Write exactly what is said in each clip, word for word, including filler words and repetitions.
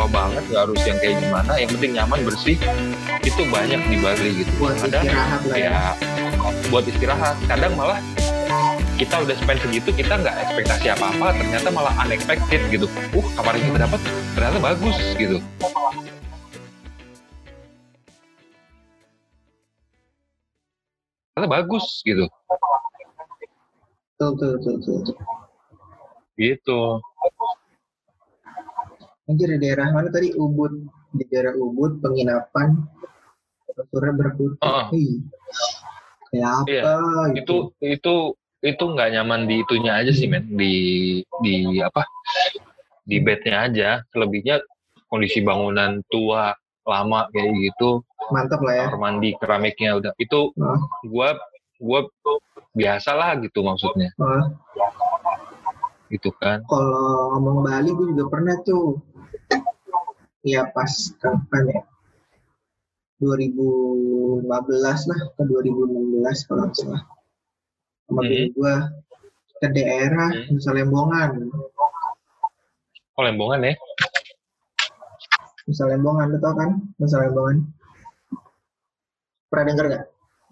mewah banget, nggak harus yang kayak gimana, yang penting nyaman, bersih, itu banyak di Bali gitu. Buat Kadang istirahat lah ya. ya buat istirahat, kadang malah kita udah spend segitu, kita nggak ekspektasi apa-apa, ternyata malah unexpected gitu. Uh, kamar yang kita dapat ternyata bagus gitu. Ternyata bagus gitu. Tuh, tuh, tuh, tuh, tuh. Gitu. Anjir, di daerah mana tadi? Ubud. Di daerah Ubud, penginapan. Kasurnya berputih. Uh-uh. Kayak apa Iya. gitu. Itu itu itu nggak nyaman di itunya aja sih, men. Di di apa? Di bednya aja. Selebihnya kondisi bangunan tua, lama kayak gitu. Mantap lah ya. Kamar mandi keramiknya udah. Itu Oh. gua gua biasa lah gitu maksudnya. Oh. Gitu kan. Kalau ngomong Bali gue juga pernah tuh. Ya pas kapan ya? dua ribu lima belas lah ke dua ribu enam belas kalau nggak salah. Sama Hmm. bini gue ke daerah Hmm. Nusa Lembongan. Oh, Lembongan ya? Nusa Lembongan, lu tau kan? Nusa Lembongan. Pernah denger gak?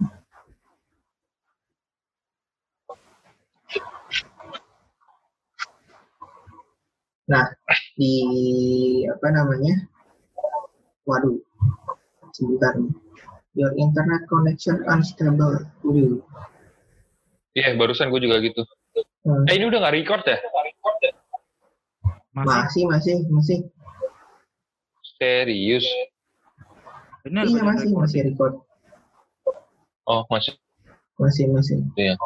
Nah, di apa namanya? Waduh, sebentar nih. Your internet connection unstable. Waduh. Iya, yeah, barusan gue juga gitu. Hmm. Eh, ini udah nggak record ya? Masih, masih, masih. Serius? Benar, Iya, benar, masih, record. masih record. Oh, masih. Masih, masih. Iya.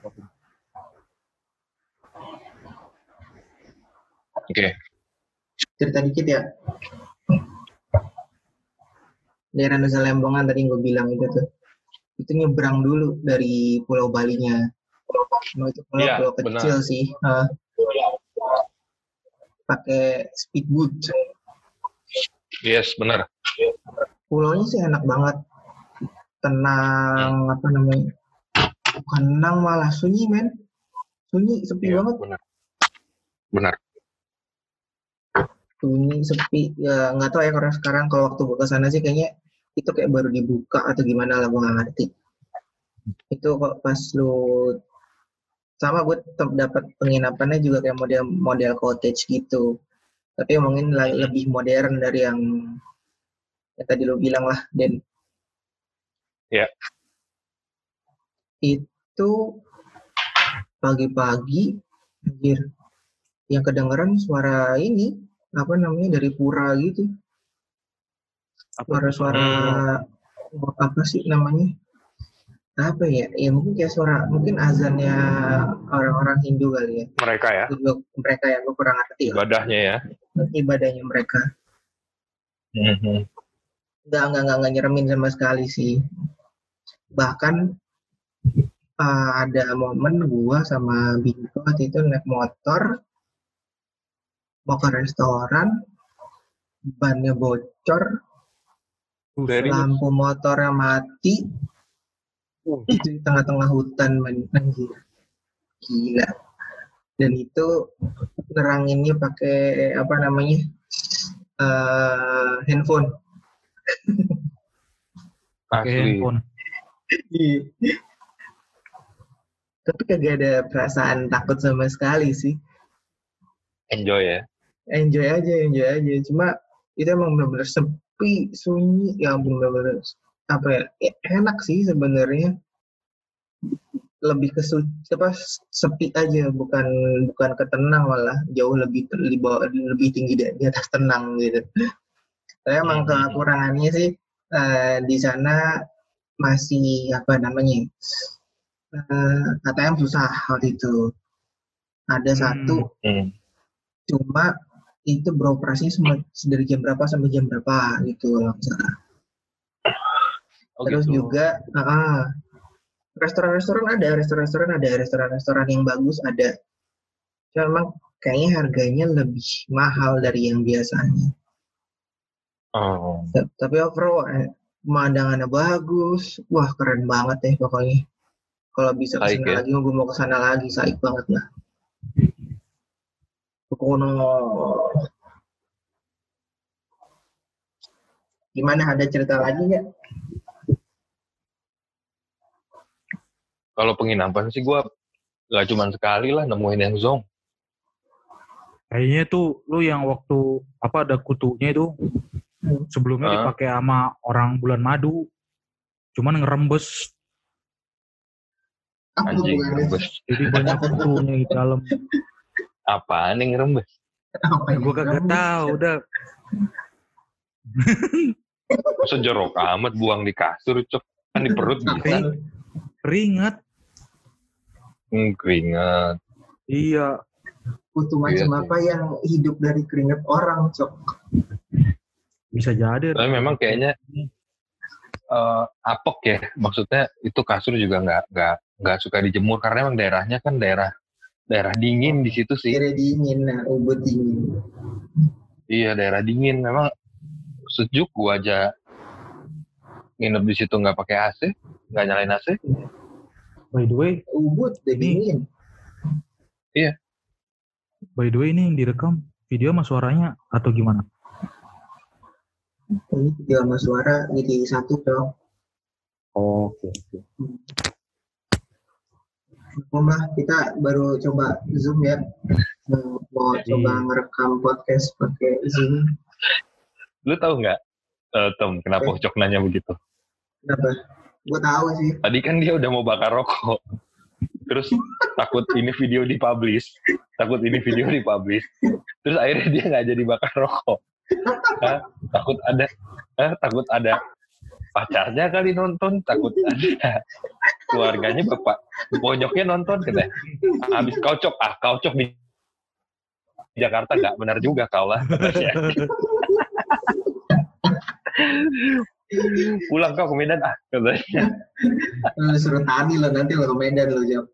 Oke. Okay. Cerita dikit ya. Daerah Nusa Lembongan tadi gue bilang itu tuh. Itu nyebrang dulu dari Pulau Balinya. Nah, itu pulau, Iya, pulau kecil benar. sih. Uh, pakai speedboat. Yes, benar. Pulaunya sih enak banget. Tenang, hmm. apa namanya? Bukan tenang malah sunyi, men. Sunyi, sepi Iya, banget. Benar. Benar. Sunyi, sepi. Ya nggak tahu ya karena sekarang kalau waktu gue kesana sih kayaknya itu kayak baru dibuka atau gimana lah, gue nggak ngerti. Itu kok pas lu sama gue tetap dapat penginapannya juga kayak model model cottage gitu. Tapi mungkin lebih modern dari yang, yang tadi lu bilang lah, Den. Ya. Yeah. Itu pagi-pagi, anjir, yang kedengeran suara ini, apa namanya, dari pura gitu. Suara-suara, hmm. apa sih namanya? Apa ya? Ya mungkin kayak suara, mungkin azannya orang-orang Hindu kali ya. Mereka ya? Itu, mereka yang gue kurang ngerti. Ibadahnya ya? Ibadahnya mereka. Mm-hmm. Nggak, nggak, nggak, nggak nyeremin sama sekali sih. Bahkan uh, ada momen gue sama bini waktu itu naik motor mau ke restoran, bannya bocor, Dari lampu motornya mati, uh. itu di tengah-tengah hutan, anjir, gila. Dan itu neranginnya pakai apa namanya uh, handphone. Pakai handphone. Tapi kagak ada perasaan takut sama sekali sih. Enjoy ya. Enjoy aja, enjoy aja. Cuma itu emang benar-benar sepi, sunyi, ya benar-benar apa ya, ya enak sih sebenarnya. Lebih ke apa sepi aja, bukan bukan ketenang, malah jauh lebih lebih, lebih tinggi di atas tenang gitu. Tapi emang hmm. kekurangannya sih uh, di sana masih apa namanya uh, A T M susah waktu itu. Ada hmm. satu hmm. cuma itu beroperasi dari jam berapa sampai jam berapa gitu kalau misalnya. Oh, terus gitu. Juga uh, restoran-restoran ada, restoran-restoran ada, restoran-restoran yang bagus ada. Cuma memang kayaknya harganya lebih mahal dari yang biasanya. Oh. Tapi overall pemandangannya bagus, wah keren banget deh pokoknya. Kalau bisa kesana ya? Lagi, gue mau kesana lagi, saik banget lah. Kono. Gimana, ada cerita lagi nggak? Kalau penginapan sih gue gak cuma sekali lah nemuin yang zonk. Kayaknya tuh lu yang waktu apa ada kutunya itu sebelumnya Ah. dipakai sama orang bulan madu, cuman ngerembes. Apa Anjing hubungannya? rembes. Jadi banyak kutunya di dalam. Apaan yang rembes? Apa yang Gue kagak rembes? tahu udah. Masa jorok amat buang di kasur, cok. Kan di perut bisa. Apaan? Keringat. Hmm, keringat. Iya. Kutu Iya macam sih. apa yang hidup dari keringat orang, Cok? Bisa jadi. Tapi memang kayaknya uh, apok ya. Maksudnya itu kasur juga nggak nggak nggak suka dijemur karena emang daerahnya kan daerah daerah dingin di situ sih. Daerah dingin, nah, ubud dingin. Iya daerah dingin. Memang sejuk. Gua aja nginep di situ nggak pakai A C, nggak nyalain A C. By the way, Ubud udah Ini- dingin. by the way ini yang direkam video sama suaranya atau gimana? Ini video sama suara jadi satu dong. Oke. Mama, kita baru coba Zoom ya. Mau, mau Iya. coba ngerekam podcast pakai Zoom. Lu tahu nggak, uh, Tom, kenapa Ucok nanya begitu? Kenapa? Gue tahu sih. Tadi kan dia udah mau bakar rokok. Terus takut ini video dipublish. Takut ini video dipublish. Terus akhirnya dia nggak jadi bakar rokok. Hah? Takut ada, hah? takut ada pacarnya kali nonton. Takut ada keluarganya, bapak bonyoknya nonton. Katanya, habis kaucok, ah kaucok di Jakarta nggak benar juga kau lah. Katanya. Pulang kau ke Medan ah katanya. Lu suruh tani lo nanti lo ke Medan lo jawab.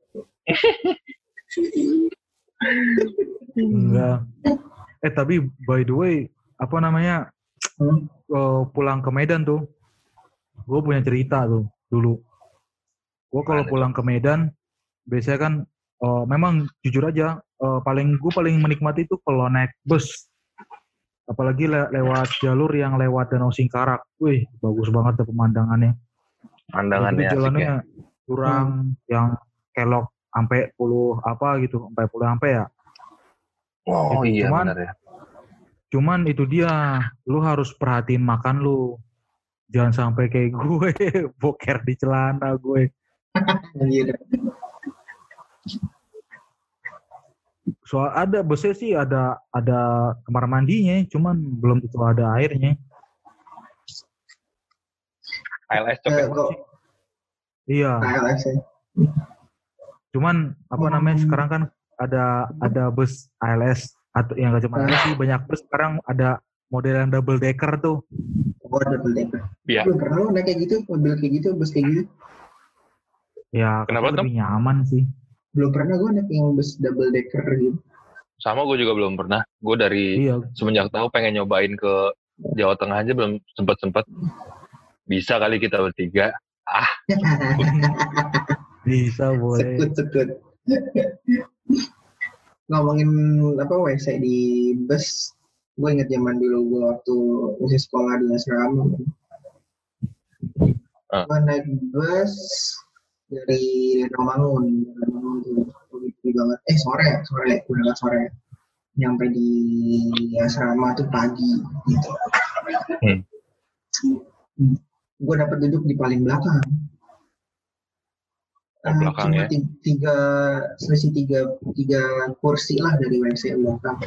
Enggak. Eh tapi by the way, apa namanya? Hmm. eh, pulang ke Medan tuh, gue punya cerita tuh dulu. Gue kalau Gimana, pulang ke Medan, biasanya kan, eh, memang jujur aja, eh, paling gue paling menikmati itu kalau naik bus, apalagi le- lewat jalur yang lewat Danau Singkarak. Wih, bagus banget tuh pemandangannya. Pandangannya Jadi asik jalannya ya. kurang yang kelok sampai puluh apa gitu, sampai puluh sampai ya. Oh Itu iya cuman- benar ya. Cuman itu dia, lu harus perhatiin makan lu. Jangan sampai kayak gue, boker di celana gue. Anjir. Soal ada busnya sih ada ada kamar mandinya, cuman belum tentu ada airnya. A L S cok Eh, ya. kok Iya, K L S ya? cuman apa namanya sekarang kan ada ada bus A L S atau yang nggak cuma A L S sih, banyak bus sekarang ada model yang double decker tuh. Oh, double decker. Iya. Belum pernah lo naik kayak gitu, mobil kayak gitu, bus kayak gitu. Ya, Kenapa, katanya lebih nyaman sih. Belum pernah gue naik yang bus double decker gitu. Sama gue juga belum pernah. Gue dari Iya, semenjak tahu pengen nyobain ke Jawa Tengah aja belum sempet-sempet. Bisa kali kita bertiga. Ah, bisa boleh. Sekut-sekut. Ngomongin apa W C di bus, gue inget zaman dulu gue waktu masih sekolah di asrama. Ah. Gue naik bus dari Romangun, Romangun tuh pagi banget. Eh sore, sore, berangkat sore. Nyampe di asrama tuh pagi gitu. Hmm. Gue dapet duduk di paling belakang. Oh, Eh, belakang cuma ya? tiga, tiga selisih tiga tiga kursi lah dari W C belakang.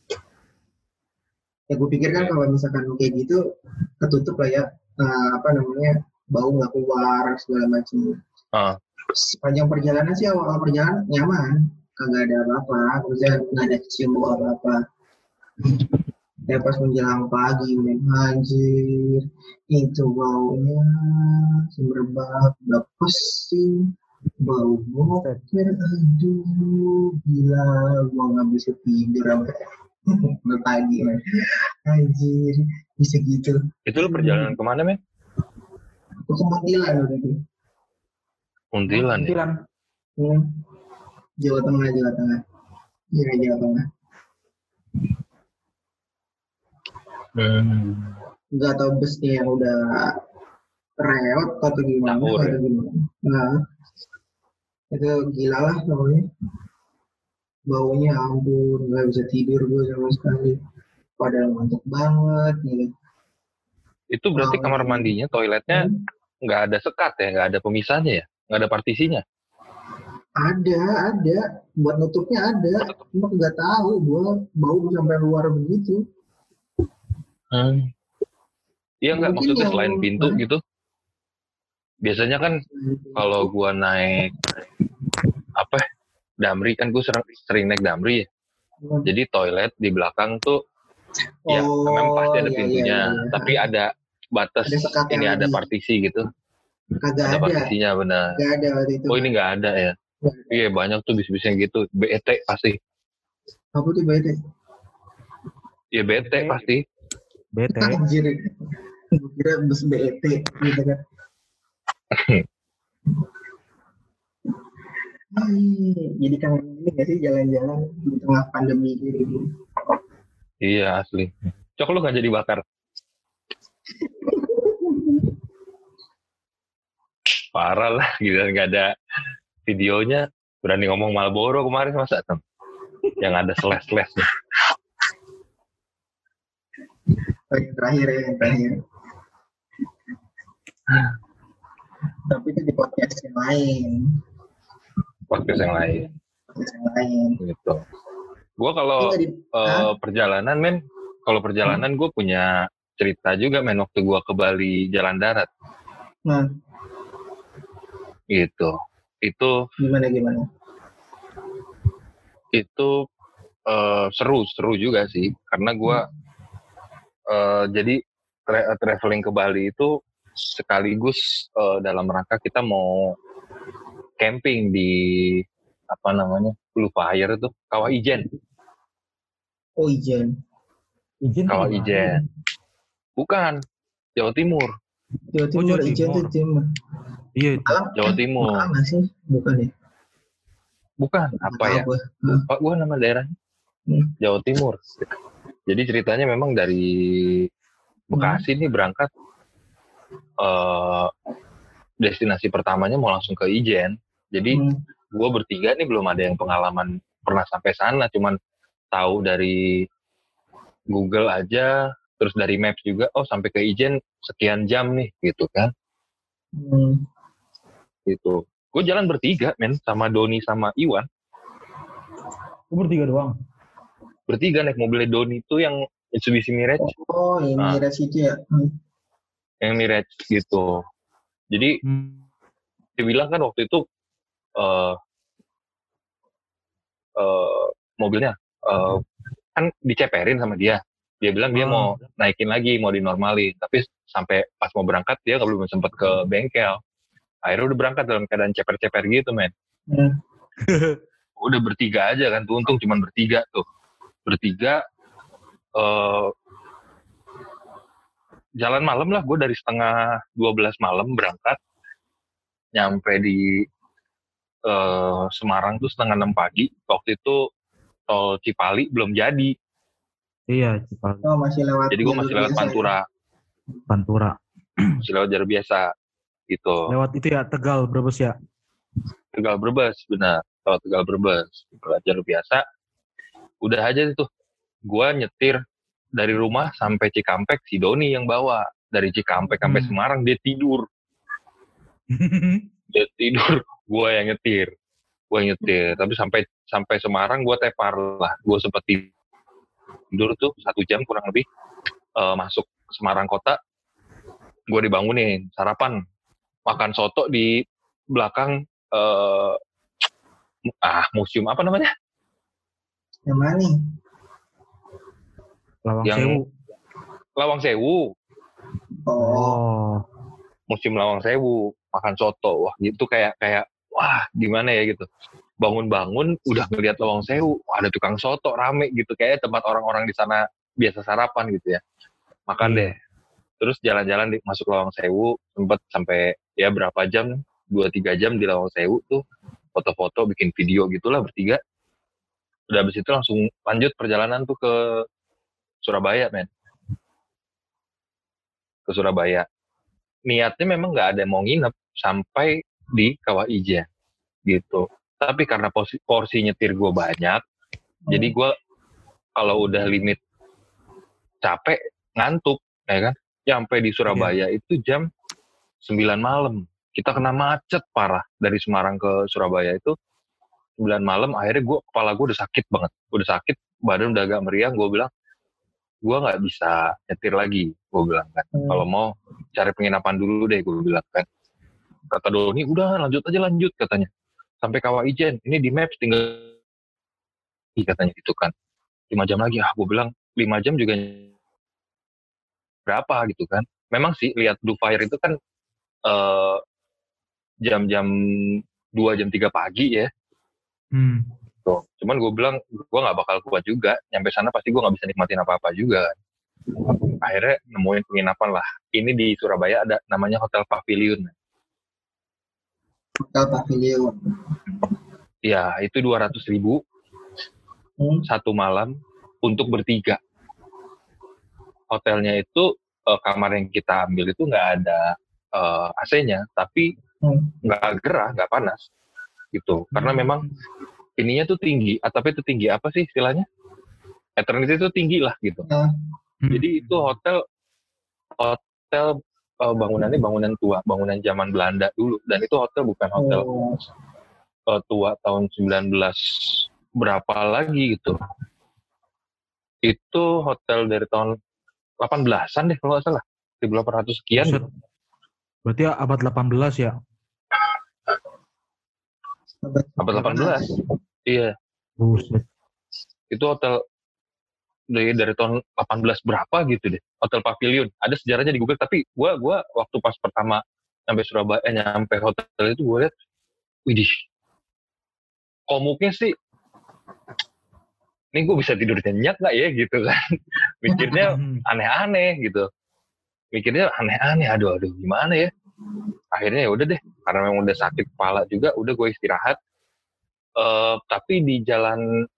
Ya gue pikir kan kalau misalkan kayak gitu ketutup lah ya, eh, apa namanya, bau nggak keluar segala macam. Ah. Sepanjang perjalanan sih, awal perjalanan nyaman, kagak ada apa-apa, maksudnya nggak ada cium bau apa-apa. Ya pas menjelang pagi, men, anjir, itu baunya semerbak, udah pusing, bau boker, aduh, gila, gua nggak bisa tidur sampai pagi, men. Anjir, bisa gitu. Itu lu perjalanan kemana, men? Gua ke Muntilan waktu itu. Muntilan ya? Muntilan. Hmm. Jawa Tengah, Jawa Tengah. Iya, Jawa Tengah. Hmm. nggak tahu busnya yang udah reot atau gimana Campur, atau ya? gimana. Nah, itu gila lah pokoknya. Baunya ampun, nggak bisa tidur gue sama sekali. Padahal ngantuk banget gitu. Itu berarti kamar Wangi. mandinya, toiletnya Hmm, nggak ada sekat ya, nggak ada pemisahnya ya, nggak ada partisinya. ada, ada. Buat nutupnya ada. Cuma nggak tahu gue bau sampai luar begitu. Hmm. Iya nggak, Mungkin maksudnya yang selain pintu Hah? gitu. Biasanya kan kalau gua naik apa Damri, kan gue sering, sering naik Damri ya. Jadi toilet di belakang tuh ya memang pasti Oh, ada ya, ya, pintunya, ya, ya. tapi ada batas, Ada sekatnya ini ada lagi. partisi gitu. Kagak Ada ada. partisinya benar. Kagak ada waktu itu. Oh ini nggak ada ya. Iya banyak tuh bis-bis yang gitu. B E T pasti. Apa tuh bete? Iya B E T pasti. Bete. Anjir. Gue kira bus B E T gitu kan. Hai, jadi kangen ini gak sih jalan-jalan di tengah pandemi gitu. Iya asli. Cok lu nggak jadi bakar. Parah lah, gitu nggak ada videonya. Berani ngomong Marlboro kemarin masa tuh. Yang ada slash-slashnya. Oh, yang terakhir ya, yang terakhir. Tapi itu di podcast yang lain. Podcast yang lain. Podcast yang lain. Gitu. Gue kalau Ini nggak di, uh, Hah? perjalanan men, kalau perjalanan gue punya cerita juga men waktu gue ke Bali jalan darat. Nah, Gitu. Itu gimana gimana? itu uh, seru seru juga sih, karena gue uh, jadi tra- traveling ke Bali itu sekaligus uh, dalam rangka kita mau camping di apa namanya lupa air itu Kawah Ijen. Oh, Ijen. Izin Kawah tuh gimana? Ijen. Bukan, Jawa Timur. Jawa Timur, Jawa Ijen tuh Timur. Timur. Iya itu. Malang, Jawa eh, Timur. Malang nggak sih? Bukan ya? Bukan, Nggak apa tahu ya? gue. Hah? Lupa gue nama daerahnya. Hmm. Jawa Timur. Jadi ceritanya memang dari Bekasi nih berangkat, uh, destinasi pertamanya mau langsung ke Ijen. Jadi Hmm. gue bertiga nih belum ada yang pengalaman pernah sampai sana, cuman tahu dari Google aja, terus dari Maps juga, oh sampai ke Ijen sekian jam nih, gitu kan. Hmm. Gitu. Gue jalan bertiga, men, sama Doni sama Iwan. Gue bertiga doang. Bertiga naik mobilnya Doni itu yang Mitsubishi Mirage. Oh, ini Nah. Mirage itu ya. Hmm. Yang Mirage gitu. Jadi Hmm. dia bilang kan waktu itu uh, uh, mobilnya uh, kan diceperin sama dia. Dia bilang dia Ah. mau naikin lagi, mau dinormalin. Tapi sampai pas mau berangkat dia belum sempat ke bengkel. Akhirnya udah berangkat dalam keadaan ceper-ceper gitu, men. Hmm. Udah bertiga aja kan, tuh untung cuma bertiga tuh. Bertiga, uh, jalan malam lah, gue dari setengah dua belas malam berangkat. Nyampe di uh, Semarang tuh setengah enam pagi. Waktu itu tol Cipali belum jadi. Iya, Cipali. Oh, masih lewat Jadi gue masih lewat biasa Pantura. ya? Pantura. Masih lewat jalur biasa. Gitu. Lewat itu ya, Tegal, Brebes ya. Tegal Brebes, benar. Lewat Tegal Brebes. Lewat jalur biasa. Udah aja tuh. Gue nyetir dari rumah sampai Cikampek, si Doni yang bawa. Dari Cikampek sampai Hmm. Semarang, dia tidur. Dia tidur. Gue yang nyetir. Gue yang nyetir. Tapi sampai sampai Semarang, gue tepar lah. Gue sempet tidur tuh, satu jam kurang lebih. Uh, masuk Semarang kota. Gue dibangunin, sarapan. Makan soto di belakang uh, ah museum apa namanya? Yang mana nih? Lawang Yang Sewu. Lawang Sewu, Oh, Oh. museum Lawang Sewu, makan soto, wah gitu kayak kayak wah gimana ya gitu. Bangun-bangun udah ngeliat Lawang Sewu, wah, ada tukang soto rame gitu, kayak tempat orang-orang di sana biasa sarapan gitu ya. Makan Iya. deh. Terus jalan-jalan di, masuk Lawang Sewu, sempet sampai ya berapa jam, dua tiga jam di Lawang Sewu tuh, foto-foto, bikin video gitulah bertiga. Udah habis itu langsung lanjut perjalanan tuh ke Surabaya, men. ke Surabaya. Niatnya memang nggak ada mau nginep sampai di Kawah Ijen gitu. Tapi karena porsi, porsi nyetir gue banyak, Hmm. jadi gue kalau udah limit capek ngantuk, ya kan? Sampai di Surabaya itu jam sembilan malam. Kita kena macet parah dari Semarang ke Surabaya itu sembilan malam. Akhirnya gue kepala gue udah sakit banget, udah sakit, badan udah agak meriang. Gue bilang gue nggak bisa nyetir lagi, gue bilang kan. Hmm. Kalau mau cari penginapan dulu deh, gue bilang kan. Kata Doni, udah lanjut aja lanjut katanya. Sampai Kawah Ijen, ini di Maps tinggal katanya gitu kan. lima jam lagi, ah gue bilang lima jam juga berapa gitu kan. Memang sih lihat Blue Fire itu kan eh, jam-jam dua jam tiga pagi ya. Hmm. Tuh. Cuman gue bilang gue nggak bakal kuat juga. Nyampe sana pasti gue nggak bisa nikmatin apa-apa juga. Akhirnya nemuin penginapan lah. Ini di Surabaya ada namanya Hotel Pavilion. Hotel Pavilion. Ya itu dua ratus ribu Hmm. satu malam untuk bertiga. Hotelnya itu eh, kamar yang kita ambil itu nggak ada eh, A C-nya, tapi Hmm. nggak gerah, nggak panas gitu. Karena memang ininya tuh tinggi, atapnya tuh tinggi apa sih istilahnya? Eternity itu tinggi lah gitu. Nah, Hmm. Jadi itu hotel hotel eh, bangunannya bangunan tua, bangunan zaman Belanda dulu. Dan itu hotel bukan hotel oh. eh, tua tahun sembilan belas berapa lagi gitu. Itu hotel dari tahun delapan belasan deh kalau nggak salah. seribu delapan ratus sekian. Buset. Berarti abad delapan belas ya? Abad delapan belas. Iya. Buset. Itu hotel dari, dari tahun delapan belas berapa gitu deh. Hotel Pavilion. Ada sejarahnya di Google. Tapi gua gua waktu pas pertama sampai Surabaya, eh, nyampe hotel itu gue lihat, widih, komuknya sih, ini gue bisa tidur nyenyak gak ya gitu kan. Mikirnya Hmm. aneh-aneh gitu. Mikirnya aneh-aneh, aduh aduh gimana ya. Akhirnya ya udah deh, karena memang udah sakit kepala juga, udah gue istirahat. Eh, tapi di jalan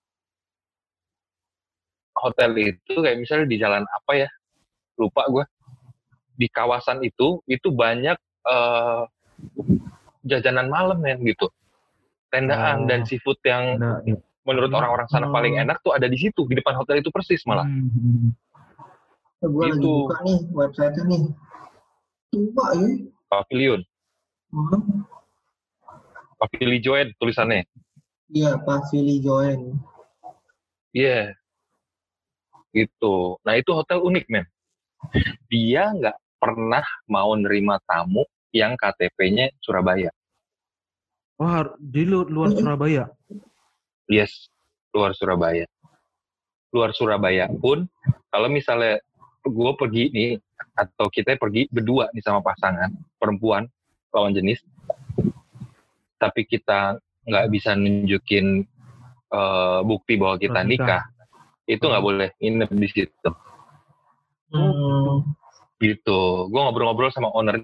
hotel itu kayak misalnya di jalan apa ya, lupa gue. Di kawasan itu itu banyak eh, jajanan malam ya gitu. Tendaan Oh. dan seafood yang Ada, ya. menurut orang-orang sana Oh. paling enak tuh ada di situ, di depan hotel itu persis malah. Hmm. Gue lagi Gitu. buka nih website-nya nih. Tua ya. Pavilion, Hmm. Pavilion tulisannya. Iya, Pavilion. Iya. Yeah. Gitu. Nah itu hotel unik men. Dia nggak pernah mau nerima tamu yang K T P-nya Surabaya. Wah, di lu- luar Surabaya. Yes, luar Surabaya. Luar Surabaya pun, kalau misalnya gue pergi nih, atau kita pergi berdua nih sama pasangan, perempuan, lawan jenis, tapi kita nggak bisa nunjukin uh, bukti bahwa kita Surat nikah. nikah, itu nggak boleh nginep di situ. Hmm. Gitu. Gue ngobrol-ngobrol sama owner.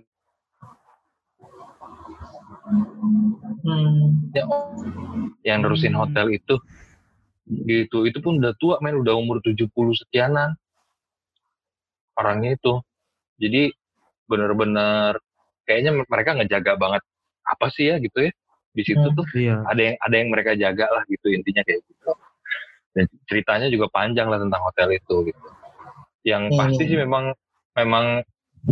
Hmm. Ya, yang nerusin hotel itu gitu, itu pun udah tua men, udah umur tujuh puluh sekianan orangnya itu. Jadi bener-bener kayaknya mereka ngejaga banget apa sih ya gitu ya di situ Hmm. tuh. Iya. ada yang ada yang mereka jaga lah gitu, intinya kayak gitu. Dan ceritanya juga panjang lah tentang hotel itu gitu. Yang Hmm. pasti sih memang memang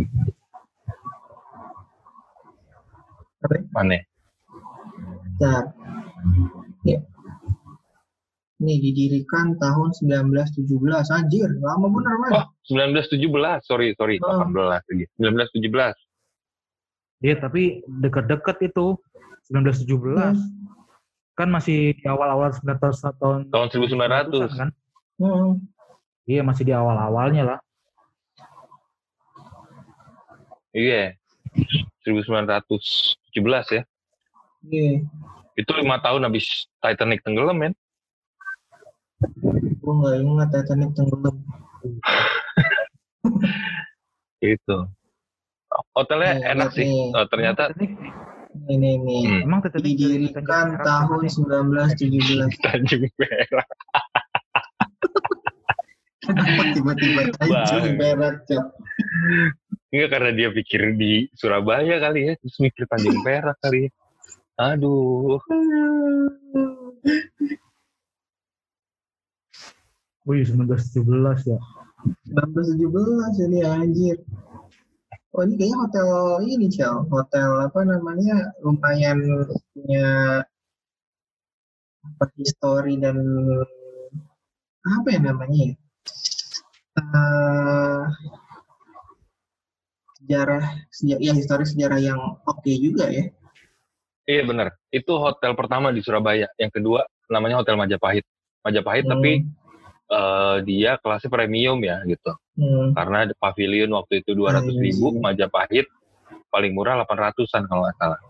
mana Bentar. Ya. Nih didirikan tahun sembilan belas tujuh belas. Anjir, lama bener man. oh sembilan belas tujuh belas sorry sorry Oh. delapan belas lagi sembilan belas tujuh belas. Iya, tapi dekat-dekat itu sembilan belas tujuh belas. Hmm. Kan masih di awal-awal sembilan belas tahun Tahun seribu sembilan ratus kan? Hmm. Iya, masih di awal-awalnya lah. Iya, seribu sembilan ratus tujuh belas ya. Iya. Itu lima tahun habis Titanic tenggelam men. Gue nggak ingat Titanic tenggelam. Gitu. Hotelnya Nih, enak lihat sih. nih. Oh, ternyata Ini nih. Hmm. Emang Titanic dari Didirikan Tanjung Perak tahun mana? sembilan belas tujuh belas. Tanjung Perak. Kenapa tiba-tiba Tanjung Bang. Perak, Cok? Enggak, karena dia pikir di Surabaya kali ya, terus mikir Tanjung Perak kali ya. Aduh. Wih, seribu sembilan ratus tujuh belas ya. seribu sembilan ratus tujuh belas ini anjir. Oh ini kayaknya hotel ini Cel, hotel apa namanya lumayan punya apa, histori dan apa ya namanya ya? Uh, sejarah, sejarah ya histori sejarah yang oke okay juga ya. Iya benar, itu hotel pertama di Surabaya. Yang kedua namanya Hotel Majapahit. Majapahit hmm. tapi uh, dia kelasnya premium ya gitu. Hmm. Karena pavilion waktu itu dua ratus ribu, Majapahit paling murah delapan ratusan kalau nggak salah.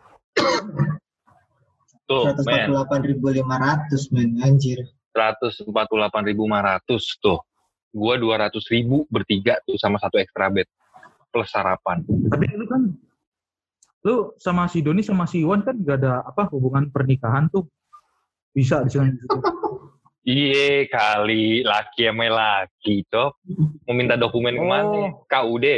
Tuh, seratus empat puluh delapan ribu lima ratus men, anjir. seratus empat puluh delapan ribu lima ratus tuh. Gua dua ratus ribu bertiga tuh sama satu extra bed plus sarapan. Tapi lu kan lu sama si Doni sama si Iwan kan gak ada apa hubungan pernikahan tuh. Bisa di sana gitu. Iye kali laki sama laki, Cok. Mau minta dokumen oh. kemana? K U D.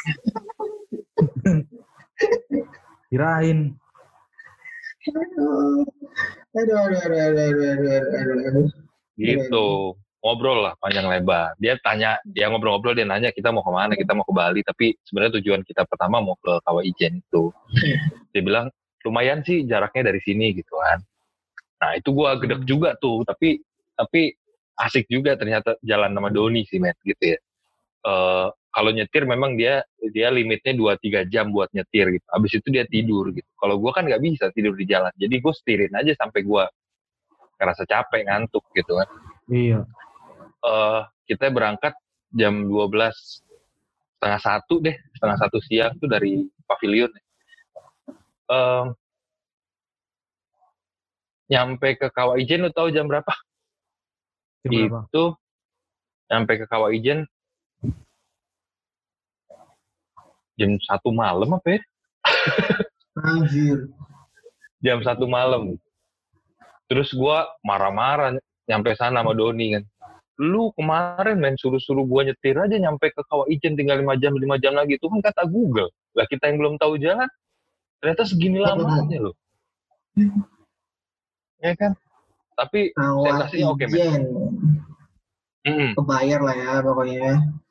Kirain. Aduh, aduh, aduh, aduh, aduh, aduh, aduh. Gitu. Ngobrol lah panjang lebar. Dia tanya, dia ngobrol-ngobrol, dia nanya kita mau kemana, kita mau ke Bali. Tapi sebenarnya tujuan kita pertama mau ke Kawah Ijen itu. Dia bilang, lumayan sih jaraknya dari sini gitu kan. Nah itu gue gedek juga tuh, tapi tapi asik juga ternyata jalan sama Doni sih men gitu ya. Uh, kalau nyetir memang dia dia limitnya dua tiga jam buat nyetir gitu. Abis itu dia tidur gitu. Kalau gue kan nggak bisa tidur di jalan. Jadi gue setirin aja sampai gue ngerasa capek ngantuk gitu kan. Iya. Uh, kita berangkat jam dua belas setengah satu deh, setengah satu siang tuh dari pavilion. Uh, nyampe ke Kawah Ijen lu tahu jam berapa? Berapa? Itu nyampe ke Kawah Ijen jam satu malam apa ya? Anjir. Jam satu malam. Terus gua marah-marah nyampe sana sama Doni kan. Lu kemarin main suruh-suruh gua nyetir aja nyampe ke Kawah Ijen tinggal lima jam lima jam lagi. Itu kan kata Google. Lah kita yang belum tahu jalan ternyata segini lamanya loh. Ya kan? Tapi sensasinya oke okay, men. Mm. Kebayar lah ya pokoknya.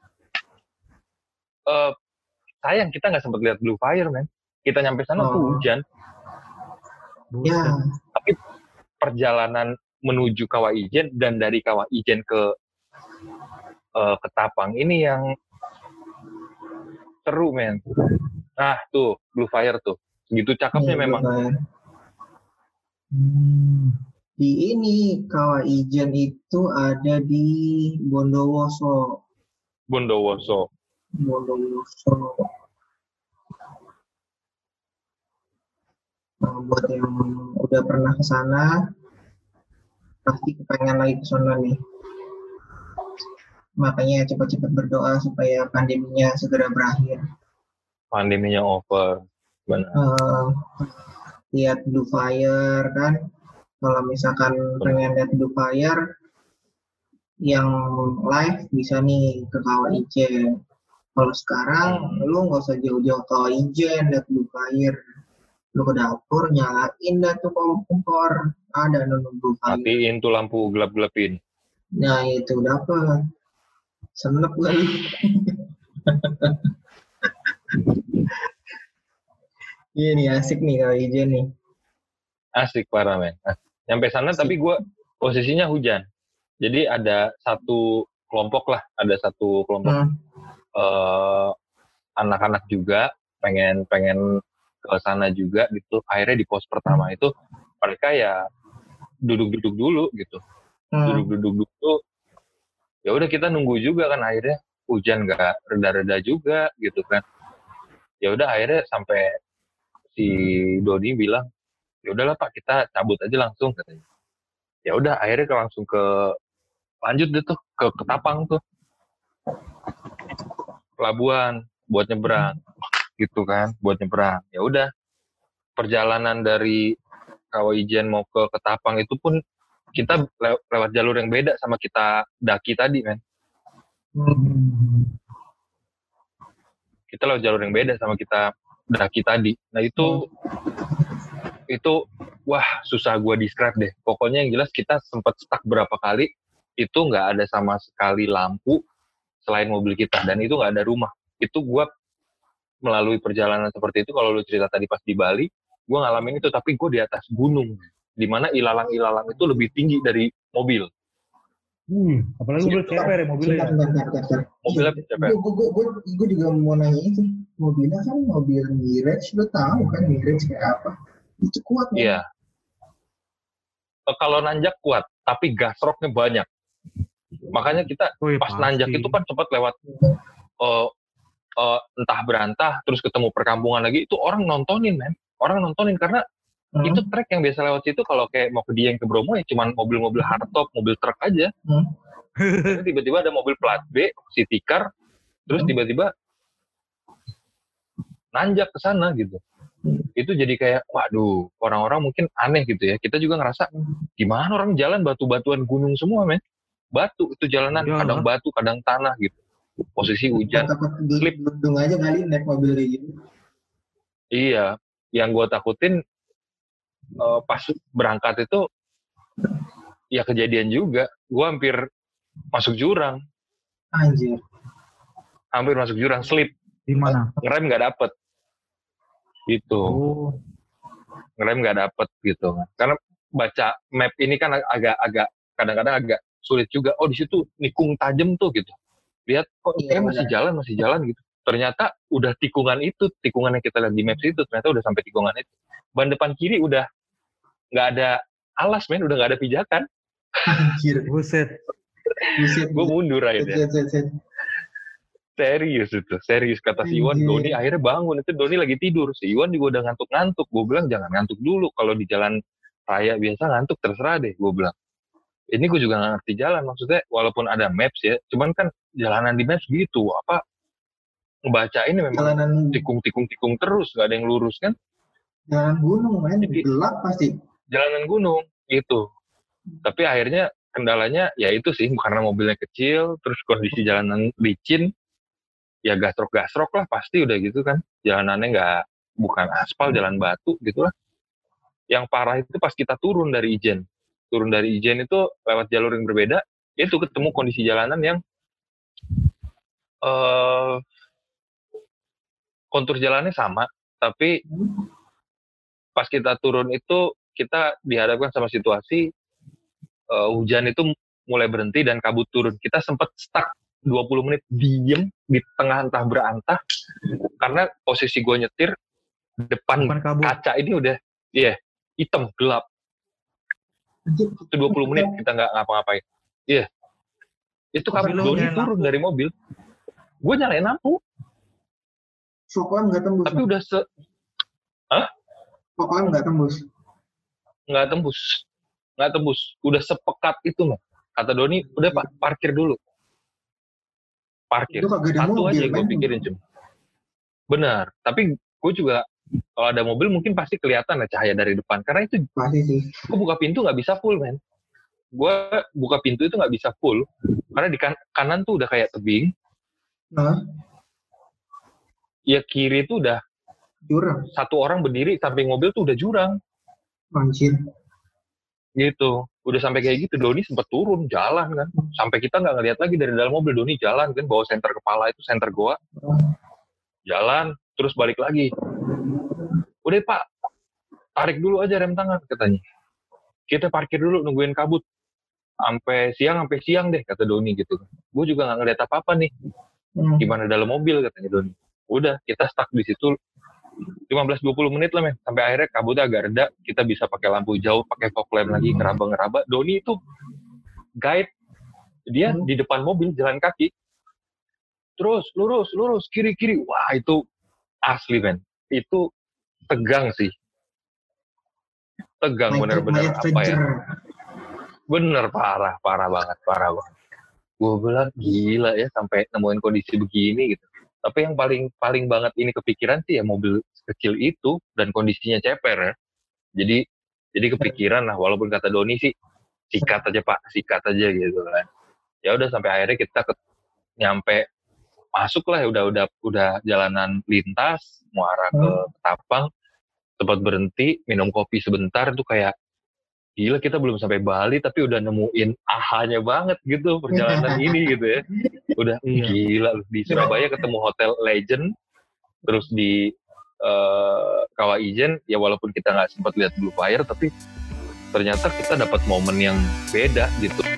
Uh, sayang kita nggak sempat lihat Blue Fire men. Kita nyampe sana oh. tuh hujan. Ya. Tapi perjalanan menuju Kawah Ijen dan dari Kawah Ijen ke uh, Ketapang ini yang seru men. Nah tuh Blue Fire tuh, gitu cakepnya ya, memang. Hmm. Di ini Kawah Ijen itu ada di Bondowoso. Bondowoso. Bondowoso. Nah, buat yang udah pernah ke sana, pasti kepengen lagi ke sana nih. Makanya cepat-cepat berdoa supaya pandeminya segera berakhir. Pandeminya over, benar. Uh, lihat Blue Fire kan. Kalau misalkan pengen lihat Blue Fire yang live bisa nih ke Kawah Ijen. Kalau sekarang lu nggak usah jauh-jauh ke Kawah Ijen lihat Blue Fire. Lu ke dapur nyalain dah tuh kompor, ada nonton Blue Fire. Matiin tuh lampu gelap-gelapin. Nah itu dapat. Senep kali. Iya nih asik nih Kawah Ijen nih. Asik parah men. Nyampe sana asik. Tapi gue posisinya hujan. Jadi ada satu kelompok lah, ada satu kelompok hmm. uh, anak-anak juga pengen pengen ke sana juga gitu. Akhirnya di pos pertama hmm. itu mereka ya duduk-duduk dulu gitu. Hmm. Duduk-duduk dulu. Ya udah kita nunggu juga kan akhirnya hujan nggak reda-reda juga gitu kan. Ya udah akhirnya sampai si Doni bilang ya udahlah Pak kita cabut aja langsung katanya. Ya udah akhirnya langsung ke lanjut deh tuh ke Ketapang tuh pelabuhan buat nyebrang gitu kan buat nyebrang. Ya udah perjalanan dari Kawah Ijen mau ke Ketapang itu pun kita lew- lewat jalur yang beda sama kita daki tadi men. Hmm. kita lewat jalur yang beda sama kita daki tadi. Nah itu itu wah susah gue describe deh. Pokoknya yang jelas kita sempat stuck berapa kali, itu nggak ada sama sekali lampu selain mobil kita, dan itu nggak ada rumah. Itu gue melalui perjalanan seperti itu. Kalau lu cerita tadi pas di Bali, gue ngalamin itu, tapi gue di atas gunung, dimana ilalang-ilalang itu lebih tinggi dari mobil. Hmm, apalagi mobil C P R ya mobilnya. Bentar, bentar, bentar. Mobilnya C P R. Gue gue gue gue juga mau nanya itu. Mobilnya kan mobil Mirage, lo tahu kan Mirage kayak apa? Itu kuat kan? Iya. Kalau nanjak kuat, tapi gasroknya banyak. Makanya kita Wih, pas pasti. nanjak itu kan sempat lewat uh, uh, entah berantah, terus ketemu perkampungan lagi, itu orang nontonin, men. Orang nontonin karena hmm. itu trek yang biasa lewat situ kalau kayak mau ke Dieng ke Bromo ya cuman mobil-mobil hardtop, mobil truk aja. Hmm. Tiba-tiba ada mobil plat B, city car, terus hmm. tiba-tiba nanjak ke sana gitu. Hmm. Itu jadi kayak, waduh, orang-orang mungkin aneh gitu ya. Kita juga ngerasa, gimana orang jalan batu-batuan gunung semua, men. Batu, itu jalanan ya, kadang batu, kadang tanah gitu. Posisi hujan, slip. Gunung aja kali naik mobil kayak gitu. Iya, yang gue takutin uh, pas berangkat itu, ya kejadian juga. Gue hampir masuk jurang. Anjir. Hampir masuk jurang, slip. Di mana? Ngerem nggak dapet. Gitu. Oh. Ngerem nggak dapet gitu. Karena baca map ini kan agak-agak kadang-kadang agak sulit juga. Oh di situ nikung tajam tuh gitu. Lihat kok iya, masih bener. jalan masih jalan gitu. Ternyata udah tikungan itu, tikungan yang kita lihat di maps itu ternyata udah sampai tikungan itu. Ban depan kiri udah nggak ada alas, men, udah nggak ada pijakan. Anjir, buset. Buset. Gue mundur akhirnya. Serius itu, serius kata si Iwan. Doni akhirnya bangun, itu Doni lagi tidur. Si Iwan juga udah ngantuk-ngantuk. Gue bilang jangan ngantuk dulu. Kalau di jalan raya biasa ngantuk terserah deh, gue bilang. Ini gue juga nggak ngerti jalan, maksudnya walaupun ada maps ya, cuman kan jalanan di maps gitu, apa ngebaca ini memang jalanan tikung-tikung-tikung terus, nggak ada yang lurus kan? Jalanan gunung, main gelap pasti. Jalanan gunung gitu. Tapi akhirnya kendalanya ya itu sih, karena mobilnya kecil, terus kondisi jalanan licin, ya gasrok-gasrok lah pasti udah gitu kan. Jalanannya nggak bukan aspal, jalan batu gitulah. Yang parah itu pas kita turun dari Ijen. Turun dari Ijen itu lewat jalur yang berbeda, itu ketemu kondisi jalanan yang uh, kontur jalannya sama, tapi pas kita turun itu kita dihadapkan sama situasi uh, hujan itu mulai berhenti dan kabut turun. Kita sempat stuck dua puluh menit diem di tengah entah berantah karena posisi gue nyetir depan kaca ini udah iya yeah, hitam gelap. Itu dua puluh menit kita nggak ngapa-ngapain. Iya. Yeah. Itu kabut Doni turun dari mobil. Gue nyalain lampu. Fog lamp nggak tembus. Tapi udah se... Hah? Fog lamp nggak tembus. Nggak tembus. Nggak tembus. Udah sepekat itu, mah. Kata Doni, udah Pak, parkir dulu. Parkir. Satu aja yang gue pikirin cuma. Benar. Tapi gue juga kalau ada mobil mungkin pasti kelihatan lah cahaya dari depan. Karena itu pasti sih. Gue buka pintu nggak bisa full, men. Gue buka pintu itu nggak bisa full. Karena di kan- kanan tuh udah kayak tebing. Nah. Ya kiri tuh udah jurang. Satu orang berdiri samping mobil tuh udah jurang. Anjir. Gitu. Udah sampai kayak gitu. Doni sempat turun, jalan kan. Sampai kita nggak ngeliat lagi dari dalam mobil. Doni jalan kan, bawa senter kepala itu, senter goa. Jalan, terus balik lagi. Udah Pak, tarik dulu aja rem tangan katanya. Kita parkir dulu nungguin kabut. Sampai siang, sampai siang deh kata Doni gitu. Gue juga nggak ngeliat apa-apa nih. Gimana dalam mobil katanya Doni. Udah, kita stuck di situ lima belas dua puluh menit lah, men. Sampai akhirnya kabutnya agak reda, kita bisa pakai lampu jauh, pakai fog lamp lagi, ngeraba-ngeraba. Doni itu guide, dia hmm. di depan mobil jalan kaki. Terus lurus, lurus, kiri-kiri. Wah, itu asli, men. Itu tegang sih. Tegang bener-bener apa ya. Bener, parah, parah banget, parah banget. Gue bilang gila ya sampai nemuin kondisi begini gitu. Tapi yang paling paling banget ini kepikiran sih ya mobil kecil itu dan kondisinya ceper ya. Jadi jadi kepikiran lah, walaupun kata Doni sih sikat aja Pak, sikat aja gitu kan. Ya udah sampai akhirnya kita ke, nyampe masuk lah ya, udah udah udah jalanan lintas mau arah ke Ketapang, tempat berhenti minum kopi sebentar tuh kayak gila, kita belum sampai Bali tapi udah nemuin ahanya banget gitu perjalanan ini gitu ya. Udah Iya. gila, di Surabaya ketemu Hotel Legend, terus di uh, Kawah Ijen ya walaupun kita nggak sempat lihat Blue Fire tapi ternyata kita dapat momen yang beda gitu.